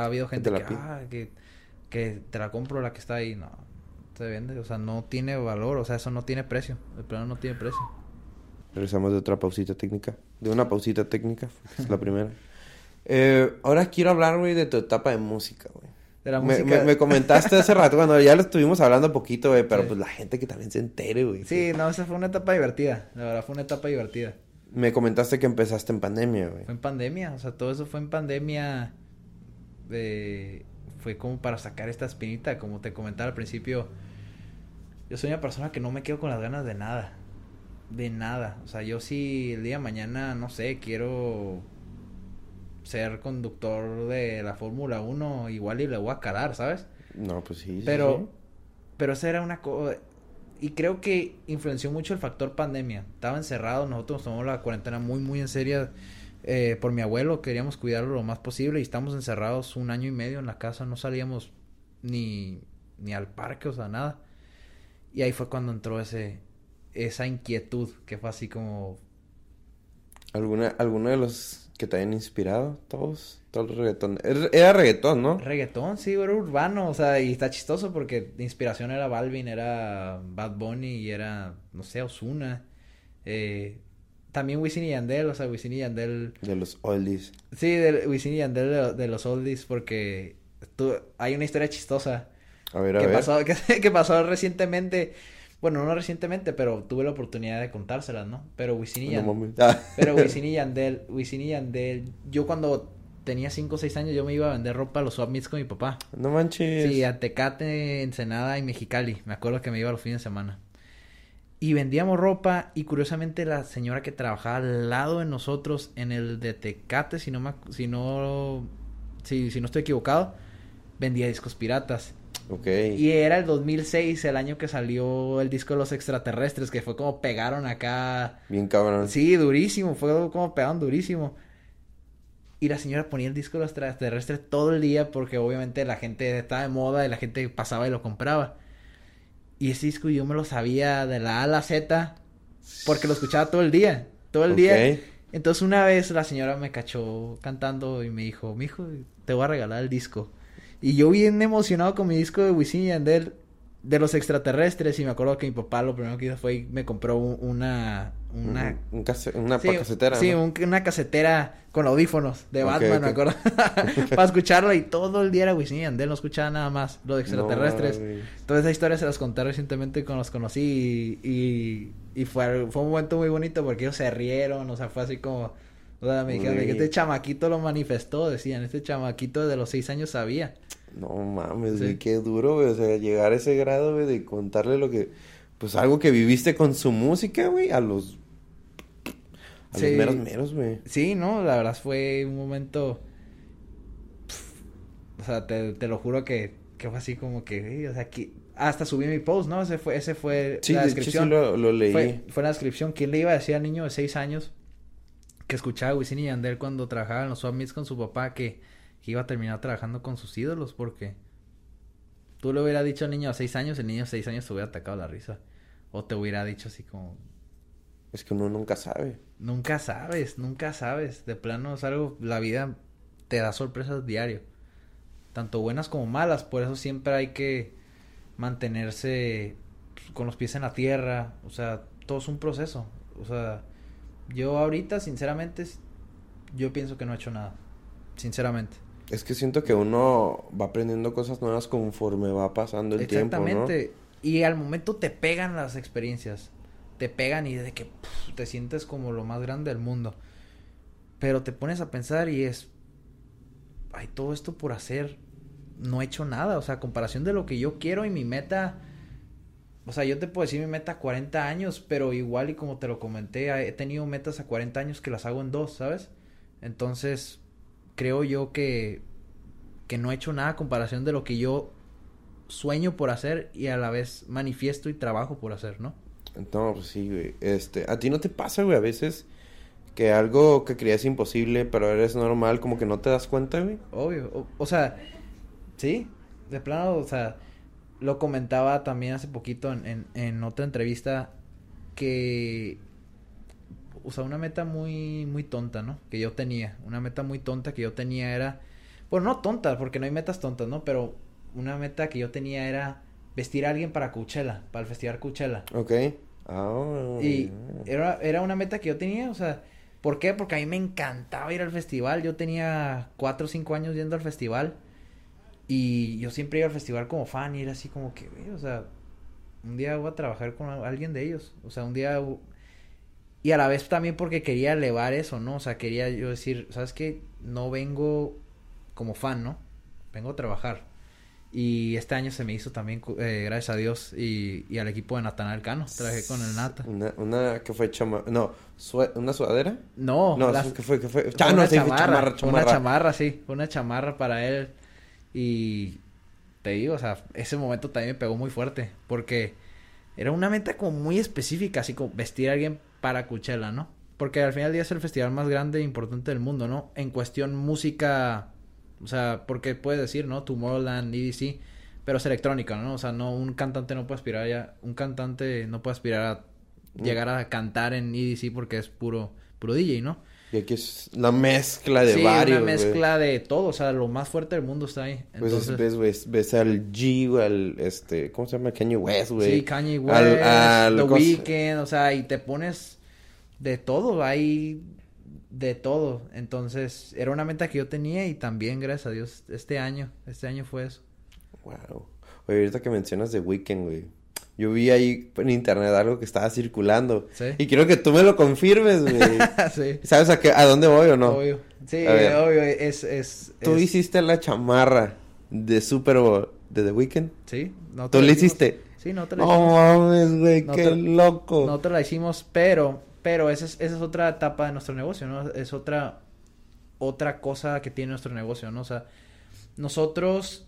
te la compro la que está ahí, no, se vende, o sea, no tiene valor, o sea, eso no tiene precio, el plano no tiene precio. Regresamos de una pausita técnica, es la primera. Ahora quiero hablar, güey, de tu etapa de música, güey. De la música. Me comentaste hace rato cuando ya lo estuvimos hablando poquito, güey, pero sí. Pues la gente que también se entere, güey. Sí, no, esa fue una etapa divertida, la verdad fue una etapa divertida. Me comentaste que empezaste en pandemia, güey. Fue en pandemia, o sea, todo eso fue en pandemia. Fue como para sacar esta espinita, como te comentaba al principio. Yo soy una persona que no me quedo con las ganas de nada. De nada. O sea, yo si el día de mañana, no sé, quiero ser conductor de la Fórmula 1, igual y le voy a calar, ¿sabes? No, pues sí. Pero esa era una cosa... Y creo que influenció mucho el factor pandemia. Estaba encerrado, nosotros nos tomamos la cuarentena muy, muy en serio. Por mi abuelo, queríamos cuidarlo lo más posible y estamos encerrados 1 año y medio en la casa. No salíamos ni al parque, o sea, nada. Y ahí fue cuando entró esa inquietud, que fue así como... ¿Alguno de los que te hayan inspirado? Todos el reggaetón. Era reggaetón, ¿no? Reggaetón, sí, era urbano, o sea, y está chistoso porque de inspiración era Balvin, era Bad Bunny y era, no sé, Ozuna. También Wisin y Yandel, o sea, Wisin y Yandel... De los oldies. Sí, Wisin y Yandel de los oldies porque hay una historia chistosa. A ver. Que pasó recientemente... Bueno, no recientemente, pero tuve la oportunidad de contárselas, ¿no? Pero Wisin y Yandel, yo cuando tenía 5 o 6 años yo me iba a vender ropa a los swap meets con mi papá. No manches. Sí, a Tecate, Ensenada y Mexicali. Me acuerdo que me iba los fines de semana. Y vendíamos ropa y curiosamente la señora que trabajaba al lado de nosotros en el de Tecate, si no estoy equivocado, vendía discos piratas. Okay. Y era el 2006, el año que salió el disco de Los Extraterrestres, que fue como pegaron acá. Bien cabrón. Sí, durísimo, fue como pegaron durísimo. Y la señora ponía el disco de Los Extraterrestres todo el día porque obviamente la gente estaba de moda y la gente pasaba y lo compraba. Y ese disco yo me lo sabía de la A a la Z porque lo escuchaba todo el día. Todo el día. Entonces una vez la señora me cachó cantando y me dijo, mijo, te voy a regalar el disco. Y yo bien emocionado con mi disco de Wisin y Yandel de los extraterrestres, y me acuerdo que mi papá lo primero que hizo fue y me compró una casetera, sí, ¿no? una casetera con audífonos de Ok, Batman, ok. me acuerdo. Para escucharlo, y todo el día era Wisin y Yandel, no escuchaba nada más, los extraterrestres. No, Toda esa historia se las conté recientemente cuando los conocí y fue un momento muy bonito porque ellos se rieron, o sea, fue así como, o sea, me dijeron que este chamaquito lo manifestó, decían, este chamaquito de los 6 años sabía. no mames, Sí. güey, qué duro, güey. O sea, llegar a ese grado, güey, de contarle lo que... Pues algo que viviste con su música, güey, a los Sí. meros, güey. Sí, no, la verdad fue un momento, o sea, te lo juro que fue así como que, o sea, aquí, hasta subí mi post, ¿no? Ese fue Sí, la de hecho descripción. sí lo leí. Fue la descripción. ¿Quién le iba a decir al niño de 6 años que escuchaba a Wisin y Yandel cuando trabajaba en los Swap Meets con su papá que iba a terminar trabajando con sus ídolos? Porque tú le hubieras dicho al niño de 6 años, el niño de 6 años te hubiera atacado la risa. O te hubiera dicho así como, Es que uno nunca sabe. nunca sabes, nunca sabes. De plano es algo, la vida te da sorpresas diario. Tanto buenas como malas. Por eso siempre hay que mantenerse con los pies en la tierra. O sea, todo es un proceso. O sea, yo ahorita, sinceramente, yo pienso que no he hecho nada. Sinceramente. Es que siento que uno va aprendiendo cosas nuevas conforme va pasando el tiempo, ¿no? Exactamente. Y al momento te pegan las experiencias. Te pegan y de que te sientes como lo más grande del mundo. Pero te pones a pensar y hay todo esto por hacer. No he hecho nada. O sea, a comparación de lo que yo quiero y mi meta. O sea, yo te puedo decir mi meta a 40 años, pero igual y como te lo comenté, he tenido metas a 40 años que las hago en 2, ¿sabes? Entonces, creo yo que no he hecho nada a comparación de lo que yo sueño por hacer y a la vez manifiesto y trabajo por hacer, ¿no? No, pues sí, güey. ¿A ti no te pasa, güey, a veces que algo que creías imposible, pero eres normal, como que no te das cuenta, güey? Obvio. O sea, sí, de plano, o sea, lo comentaba también hace poquito en otra entrevista que, o sea, una meta muy, muy tonta, ¿no? Que yo tenía, una meta muy tonta que yo tenía era, bueno, no tonta, porque no hay metas tontas, ¿no? Pero una meta que yo tenía era vestir a alguien para Coachella, para el festival Coachella. Ok. Ah, Y era una meta que yo tenía, o sea, ¿por qué? Porque a mí me encantaba ir al festival. Yo tenía 4 o 5 años yendo al festival. Y yo siempre iba al festival como fan y era así como que, o sea, un día voy a trabajar con alguien de ellos. O sea, un día... Y a la vez también porque quería elevar eso, ¿no? O sea, quería yo decir, ¿sabes qué? No vengo como fan, ¿no? Vengo a trabajar. Y este año se me hizo también, gracias a Dios y al equipo de Natanael Cano. Trabajé con el Nata. Una que fue no, ¿una sudadera? No, No, ¿qué fue? Ah, no, sí, fue chamarra. Una chamarra, sí. Una chamarra para él. Y te digo, o sea, ese momento también me pegó muy fuerte. Porque era una meta como muy específica, así como vestir a alguien para Coachella, ¿no? Porque al final del día es el festival más grande e importante del mundo, ¿no? En cuestión música, o sea, porque puedes decir, ¿no? Tomorrowland, EDC, pero es electrónica, ¿no? O sea, no, un cantante no puede aspirar a llegar a cantar en EDC porque es puro DJ, ¿no? Y aquí es la mezcla de Sí, varios, una mezcla de todo, o sea, lo más fuerte del mundo está ahí. Entonces, pues ves al G, güey, ¿cómo se llama? Kanye West, güey. sí, Kanye West, The Weeknd, o sea, y te pones de todo, hay de todo. Entonces, era una meta que yo tenía y también, gracias a Dios, este año fue eso. Wow. Oye, ahorita que mencionas The Weeknd, güey. Yo vi ahí en internet algo que estaba circulando. Sí. Y quiero que tú me lo confirmes, güey. Sí. ¿Sabes a dónde voy o no? Obvio. Sí, A ver. obvio, Tú hiciste la chamarra de Super Bowl de The Weeknd. Sí. ¿Tú la hiciste? Sí, no te la No hicimos. mames, güey, No qué te- loco. No te la hicimos, pero esa es otra etapa de nuestro negocio, ¿no? Es otra cosa que tiene nuestro negocio, ¿no? O sea, nosotros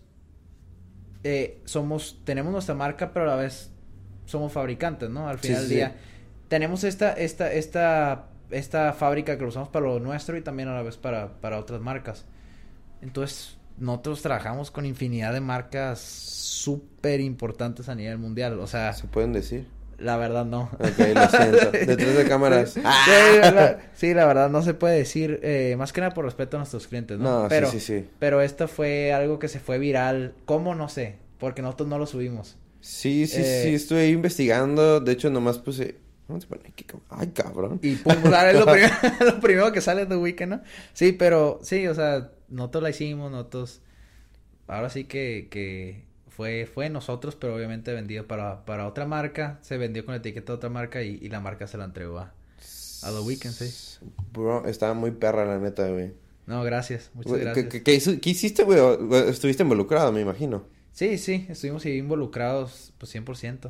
tenemos nuestra marca, pero a la vez somos fabricantes, ¿no? Al final del día tenemos esta fábrica que lo usamos para lo nuestro y también a la vez para otras marcas. Entonces, nosotros trabajamos con infinidad de marcas súper importantes a nivel mundial, o sea, ¿Se pueden decir? La verdad no. Ok, lo siento. Detrás de cámaras. Sí, sí, la verdad no se puede decir, más que nada por respeto a nuestros clientes, ¿no? No, pero, sí. Pero esto fue algo que se fue viral. ¿Cómo? No sé, porque nosotros no lo subimos. Sí, estuve ahí investigando. De hecho, nomás puse... Vamos a poner aquí... Ay, cabrón. Y pum, o sea, es lo primero que sale de Weekend, ¿no? Sí, pero, sí, o sea, nosotros la hicimos, nosotros... Ahora sí que fue nosotros, pero obviamente vendido para otra marca. Se vendió con la etiqueta de otra marca y la marca se la entregó a The Weeknd, sí. Bro, estaba muy perra la neta, güey. No, gracias, muchas gracias. ¿Qué hiciste, güey? Estuviste involucrado, me imagino. Sí, estuvimos ahí involucrados, pues 100%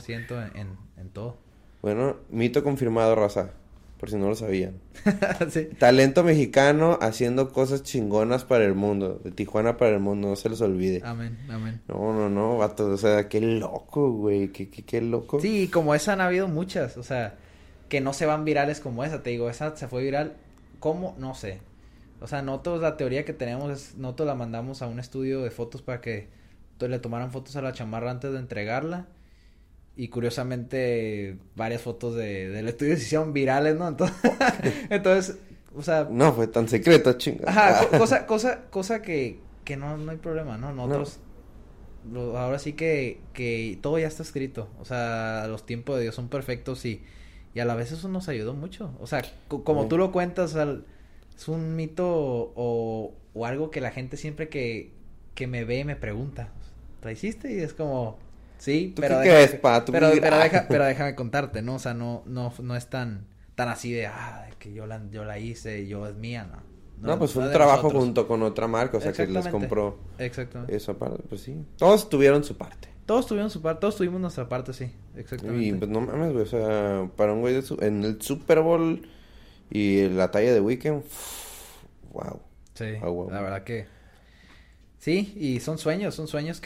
en todo. Bueno, mito confirmado, raza, por si no lo sabían. Sí. Talento mexicano haciendo cosas chingonas para el mundo, de Tijuana para el mundo, no se les olvide. Amén. No, vato, o sea, qué loco, güey, qué loco. Sí, como esa han habido muchas, o sea, que no se van virales como esa, te digo, esa se fue viral, ¿cómo? No sé. O sea, nosotros la teoría que tenemos es, nosotros la mandamos a un estudio de fotos para que le tomaran fotos a la chamarra antes de entregarla. Y curiosamente, varias fotos del estudio se hicieron virales, ¿no? Entonces, o sea... No fue tan secreto, chingada. Ajá, cosa que no hay problema, ¿no? Nosotros, ahora sí que todo ya está escrito. O sea, los tiempos de Dios son perfectos y a la vez eso nos ayudó mucho. O sea, como tú lo cuentas, o sea, es un mito o algo que la gente siempre que me ve me pregunta, ¿la hiciste? Y es como... Sí, pero déjame contarte, ¿no? O sea, no es tan así de que yo la hice, yo es mía, no, pues fue un trabajo junto con otra marca, o sea, que les compró. Exactamente. Esa parte, pues sí. Todos tuvieron su parte. Todos tuvimos nuestra parte, sí, exactamente. Y pues no mames, güey, o sea, para un güey en el Super Bowl y la talla de Weekend, wow. Sí, wow. La verdad que sí, y son sueños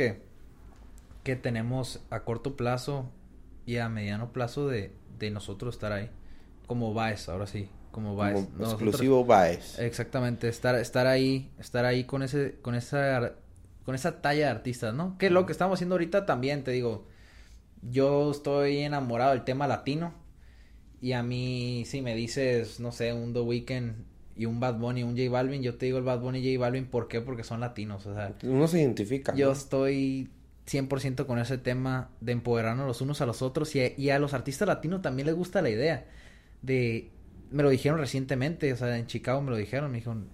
que tenemos a corto plazo y a mediano plazo de nosotros estar ahí. Como Baez, ahora sí. Como Baez. Como exclusivo Baez. Exactamente. Estar ahí con esa talla de artistas, ¿no? Que es lo que estamos haciendo ahorita también, te digo. Yo estoy enamorado del tema latino. Y a mí, si me dices, no sé, un The Weeknd y un Bad Bunny, un J Balvin, yo te digo el Bad Bunny y J Balvin, ¿por qué? Porque son latinos, o sea. Uno se identifica. Yo estoy 100% con ese tema de empoderarnos los unos a los otros y a los artistas latinos también les gusta la idea de... Me lo dijeron recientemente, o sea, en Chicago me dijeron,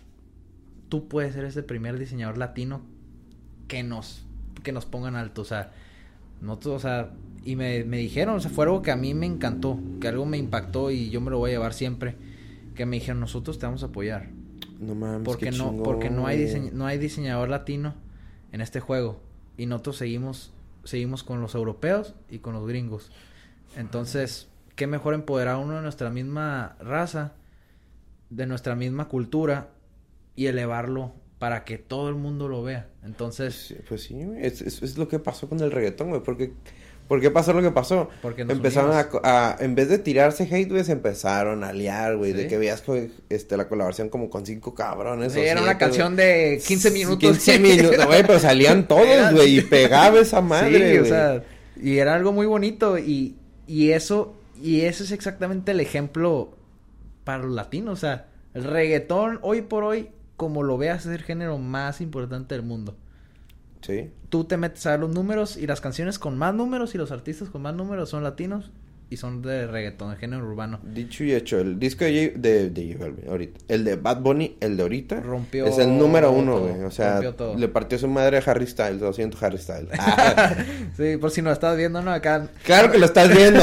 tú puedes ser ese primer diseñador latino que nos pongan alto, o sea, nosotros, o sea, y me dijeron, o sea, fue algo que a mí me encantó, que algo me impactó y yo me lo voy a llevar siempre, que me dijeron, nosotros te vamos a apoyar. No mames, porque no hay diseñador latino en este juego. Y nosotros seguimos con los europeos y con los gringos. Entonces, qué mejor empoderar a uno de nuestra misma raza, de nuestra misma cultura, y elevarlo para que todo el mundo lo vea. Entonces... Pues sí, es lo que pasó con el reggaetón, güey. ¿Por qué pasó lo que pasó? Porque empezaron en vez de tirarse hate, güey, se empezaron a liar, güey. ¿Sí? De que veías la colaboración como con 5 cabrones. Sí, era una canción de 15 minutos. 15 minutos, güey, pero salían todos, güey, y pegaba esa madre, güey. Sí, o sea, y era algo muy bonito y eso es exactamente el ejemplo para los latinos, o sea, el reggaetón hoy por hoy, como lo veas, es el género más importante del mundo. Sí. Tú te metes a ver los números y las canciones con más números y los artistas con más números son latinos y son de reggaetón, de género urbano. Dicho y hecho, el disco de J Balvin ahorita, el de Bad Bunny, el de ahorita, rompió es el número 1, güey. O sea, le partió su madre a Harry Styles, lo siento, Harry Styles. Sí, por si no lo estás viendo, ¿no? Acá. Claro que lo estás viendo.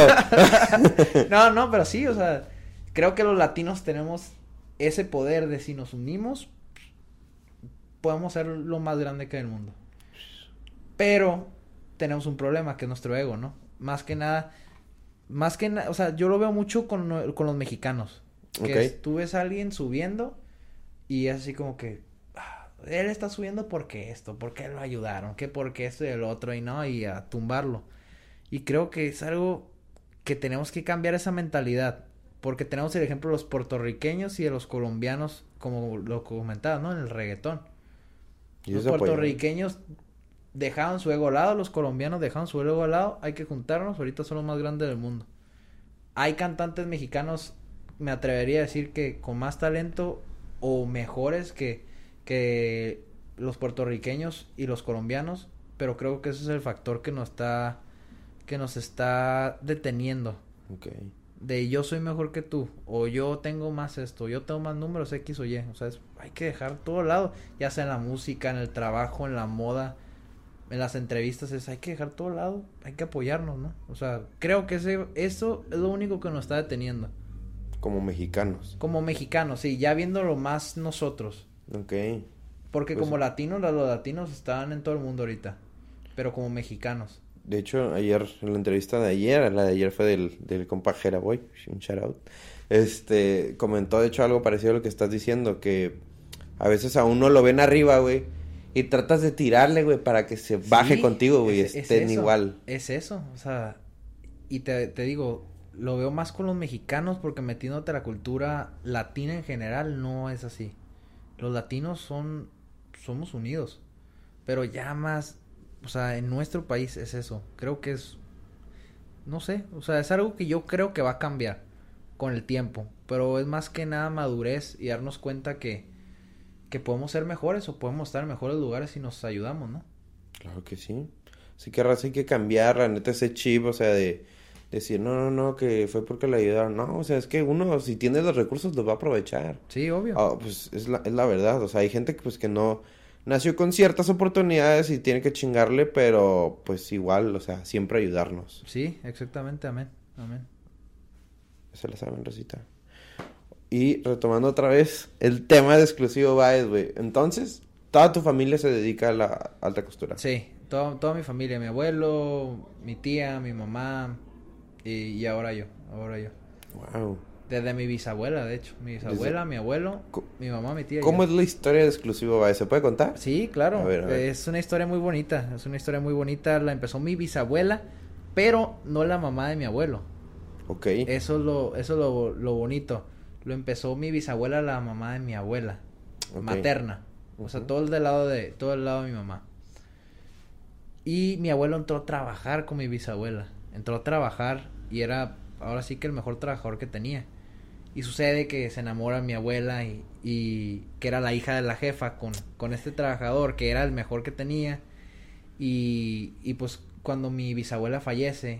No, pero sí, o sea, creo que los latinos tenemos ese poder de si nos unimos, podemos ser lo más grande que hay en el mundo. Pero tenemos un problema que es nuestro ego, ¿no? Más que nada, o sea, yo lo veo mucho con los mexicanos. Que tú ves a alguien subiendo y es así como que él está subiendo porque esto, porque lo ayudaron, que porque esto y el otro y a tumbarlo. Y creo que es algo que tenemos que cambiar esa mentalidad, porque tenemos el ejemplo de los puertorriqueños y de los colombianos, como lo comentaba, ¿no? En el reggaetón. Los puertorriqueños dejaron su ego al lado, los colombianos dejaron su ego al lado, hay que juntarnos, ahorita son los más grandes del mundo. Hay cantantes mexicanos, me atrevería a decir que con más talento o mejores que los puertorriqueños y los colombianos, pero creo que ese es el factor que nos está deteniendo. Okay. De yo soy mejor que tú, o yo tengo más esto, yo tengo más números X o Y, o sea, hay que dejar todo al lado, ya sea en la música, en el trabajo, en la moda, en las entrevistas, hay que dejar todo al lado, hay que apoyarnos, ¿no? O sea, creo que eso es lo único que nos está deteniendo. Como mexicanos. Como mexicanos, sí, ya viéndolo más nosotros. Okay. Porque Pues, como latinos, los latinos están en todo el mundo ahorita, pero como mexicanos. de hecho, ayer, en la entrevista de ayer, la de ayer fue del compa Jeraboy, un shout out. Comentó de hecho algo parecido a lo que estás diciendo, que a veces a uno lo ven arriba, güey, y tratas de tirarle, güey, para que se baje contigo, güey, estén igual. Es eso, o sea, y te digo, lo veo más con los mexicanos porque metiéndote a la cultura latina en general no es así. Los latinos somos unidos, pero ya más, o sea, en nuestro país es eso. Creo que es, no sé, o sea, es algo que yo creo que va a cambiar con el tiempo, pero es más que nada madurez y darnos cuenta que podemos ser mejores o podemos estar en mejores lugares si nos ayudamos, ¿no? Claro que sí. Así que raza hay que cambiar, la neta, ese chip, o sea, de decir, no, que fue porque le ayudaron. No, o sea, es que uno, si tiene los recursos, los va a aprovechar. Sí, obvio. Pues es la verdad, o sea, hay gente que pues que no nació con ciertas oportunidades y tiene que chingarle, pero pues igual, o sea, siempre ayudarnos. Sí, exactamente, amén, amén. Se la saben, Rosita. Y retomando otra vez el tema de Exclusivo Baez, güey. Entonces, toda tu familia se dedica a la alta costura. Sí, toda mi familia, mi abuelo, mi tía, mi mamá y ahora yo. Wow. Desde mi bisabuela, de hecho. Mi bisabuela, mi abuelo, mi mamá, mi tía. ¿Cómo es la historia de Exclusivo Baez? ¿Se puede contar? Sí, claro. A ver. Es una historia muy bonita. La empezó mi bisabuela, pero no la mamá de mi abuelo. Ok. Eso es lo bonito. Lo empezó mi bisabuela, la mamá de mi abuela. Okay. Materna. O sea, todo el lado de mi mamá. Y mi abuelo entró a trabajar con mi bisabuela. Entró a trabajar y era ahora sí que el mejor trabajador que tenía. Y sucede que se enamora mi abuela y que era la hija de la jefa con este trabajador que era el mejor que tenía. Y pues cuando mi bisabuela fallece,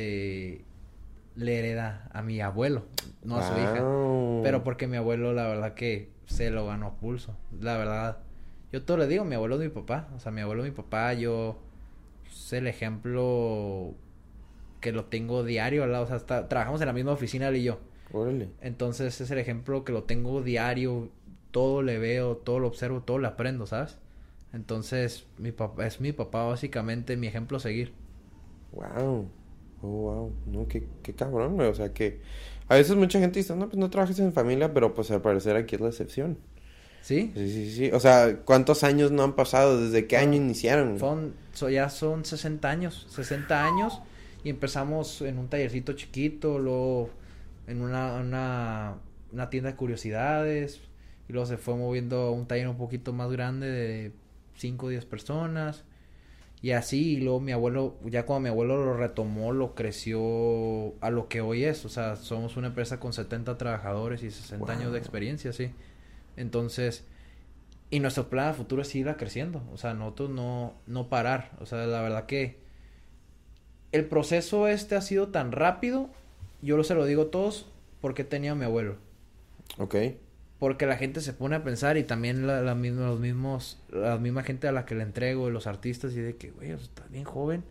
le hereda a mi abuelo, no a su hija. Pero porque mi abuelo la verdad que se lo ganó a pulso. La verdad, yo todo le digo, mi abuelo es mi papá. O sea, mi abuelo es mi papá, yo es el ejemplo que lo tengo diario al lado. O sea, trabajamos en la misma oficina él y yo. Órale. Entonces es el ejemplo que lo tengo diario. Todo le veo, todo lo observo, todo le aprendo, ¿sabes? Entonces mi papá es mi papá básicamente, mi ejemplo a seguir. Wow. Oh, wow. No, qué cabrón, güey. O sea, que a veces mucha gente dice, no, pues no trabajes en familia, pero pues al parecer aquí es la excepción. ¿Sí? Sí. O sea, ¿cuántos años no han pasado? ¿Desde qué año iniciaron? Ya son 60 años. 60 años. Y empezamos en un tallercito chiquito, luego en una tienda de curiosidades. Y luego se fue moviendo a un taller un poquito más grande de 5 o 10 personas. Y así, y luego mi abuelo, ya cuando mi abuelo lo retomó, lo creció a lo que hoy es. O sea, somos una empresa con 70 trabajadores y 60 años de experiencia, sí. Entonces, y nuestro plan a futuro es seguir creciendo. O sea, nosotros no parar. O sea, la verdad que el proceso ha sido tan rápido, yo se lo digo a todos, porque tenía a mi abuelo. Ok. Porque la gente se pone a pensar y también la misma gente a la que le entrego, los artistas, y de que, güey, estás bien joven.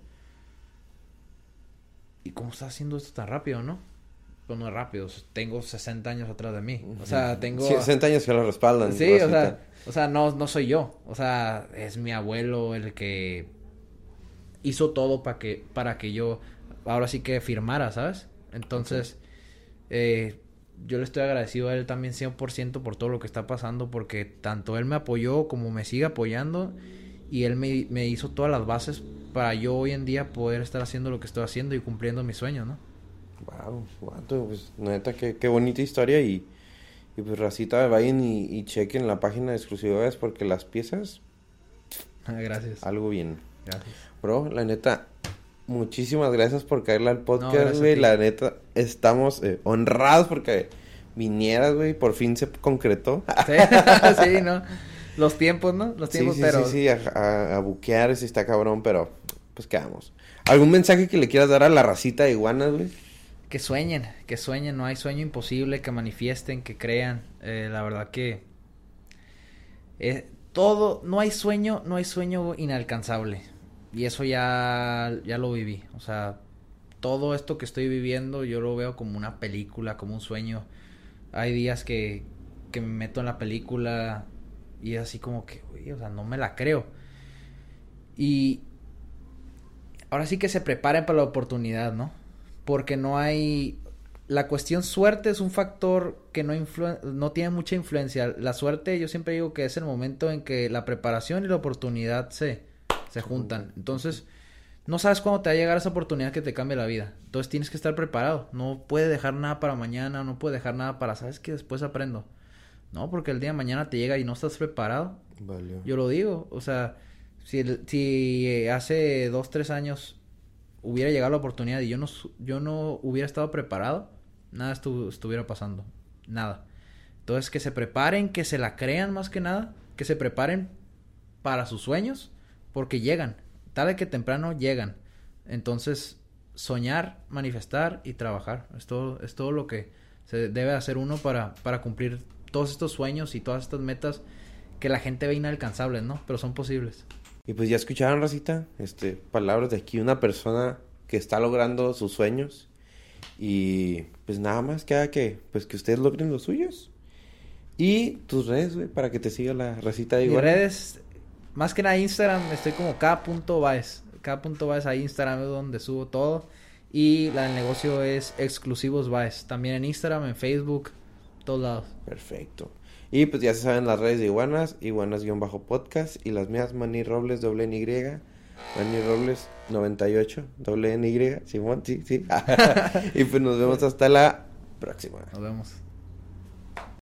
¿Y cómo estás haciendo esto tan rápido, no? Pues no es rápido, tengo 60 años atrás de mí. O sea, tengo... 60 años que lo respaldan. Sí, o sea, no soy yo. O sea, es mi abuelo el que hizo todo para que yo ahora sí que firmara, ¿sabes? Entonces, yo le estoy agradecido a él también 100% por todo lo que está pasando, porque tanto él me apoyó como me sigue apoyando, y él me hizo todas las bases para yo hoy en día poder estar haciendo lo que estoy haciendo y cumpliendo mis sueños, ¿no? Wow, pues neta, qué bonita historia, y pues racita, vayan y chequen la página de exclusividades porque las piezas... Gracias. Algo bien. Gracias. Bro, la neta, muchísimas gracias por caerle al No, podcast, gracias a güey. ti. La neta, estamos honrados porque vinieras, güey. Por fin se concretó. Sí, sí, ¿no? Los tiempos, ¿no? Los tiempos, Sí, pero... sí, a buquear, sí está cabrón, pero pues quedamos. ¿Algún mensaje que le quieras dar a la racita de iguanas, güey? Que sueñen, no hay sueño imposible, que manifiesten, que crean. La verdad que todo, no hay sueño inalcanzable. Y eso ya lo viví. O sea, todo esto que estoy viviendo yo lo veo como una película, como un sueño. Hay días que me meto en la película y es así como que, uy, o sea, no me la creo. Y ahora sí que se preparen para la oportunidad, ¿no? Porque no hay... La cuestión suerte es un factor que no tiene mucha influencia. La suerte, yo siempre digo que es el momento en que la preparación y la oportunidad se juntan. Entonces, no sabes cuándo te va a llegar esa oportunidad que te cambie la vida. Entonces tienes que estar preparado. No puedes dejar nada para mañana, no puedes dejar nada para, ¿sabes qué? Después aprendo. No, porque el día de mañana te llega y no estás preparado. Valió. Yo lo digo, o sea, si hace 2-3 años hubiera llegado la oportunidad y yo no hubiera estado preparado, nada estuviera pasando, nada. Entonces que se preparen, que se la crean más que nada, que se preparen para sus sueños, porque llegan, tarde que temprano llegan. Entonces soñar, manifestar y trabajar, es todo lo que se debe hacer uno para cumplir todos estos sueños y todas estas metas que la gente ve inalcanzables, ¿no? Pero son posibles. Y pues ya escucharon, racita, palabras de aquí, una persona que está logrando sus sueños. Y pues nada más queda que ustedes logren los suyos. Y tus redes, güey, para que te siga la racita de Mis igual. redes, más que nada Instagram, estoy como k.baez. K.baez, ahí Instagram es donde subo todo. Y el negocio es Exclusivos Baez. También en Instagram, en Facebook, todos lados. Perfecto. Y pues ya se saben las redes de Iguanas, Iguanas-podcast. Y las mías, Manny Robles, =NY. Manny Robles 98, =NY. Simón, sí. Y pues nos vemos hasta la próxima. Nos vemos.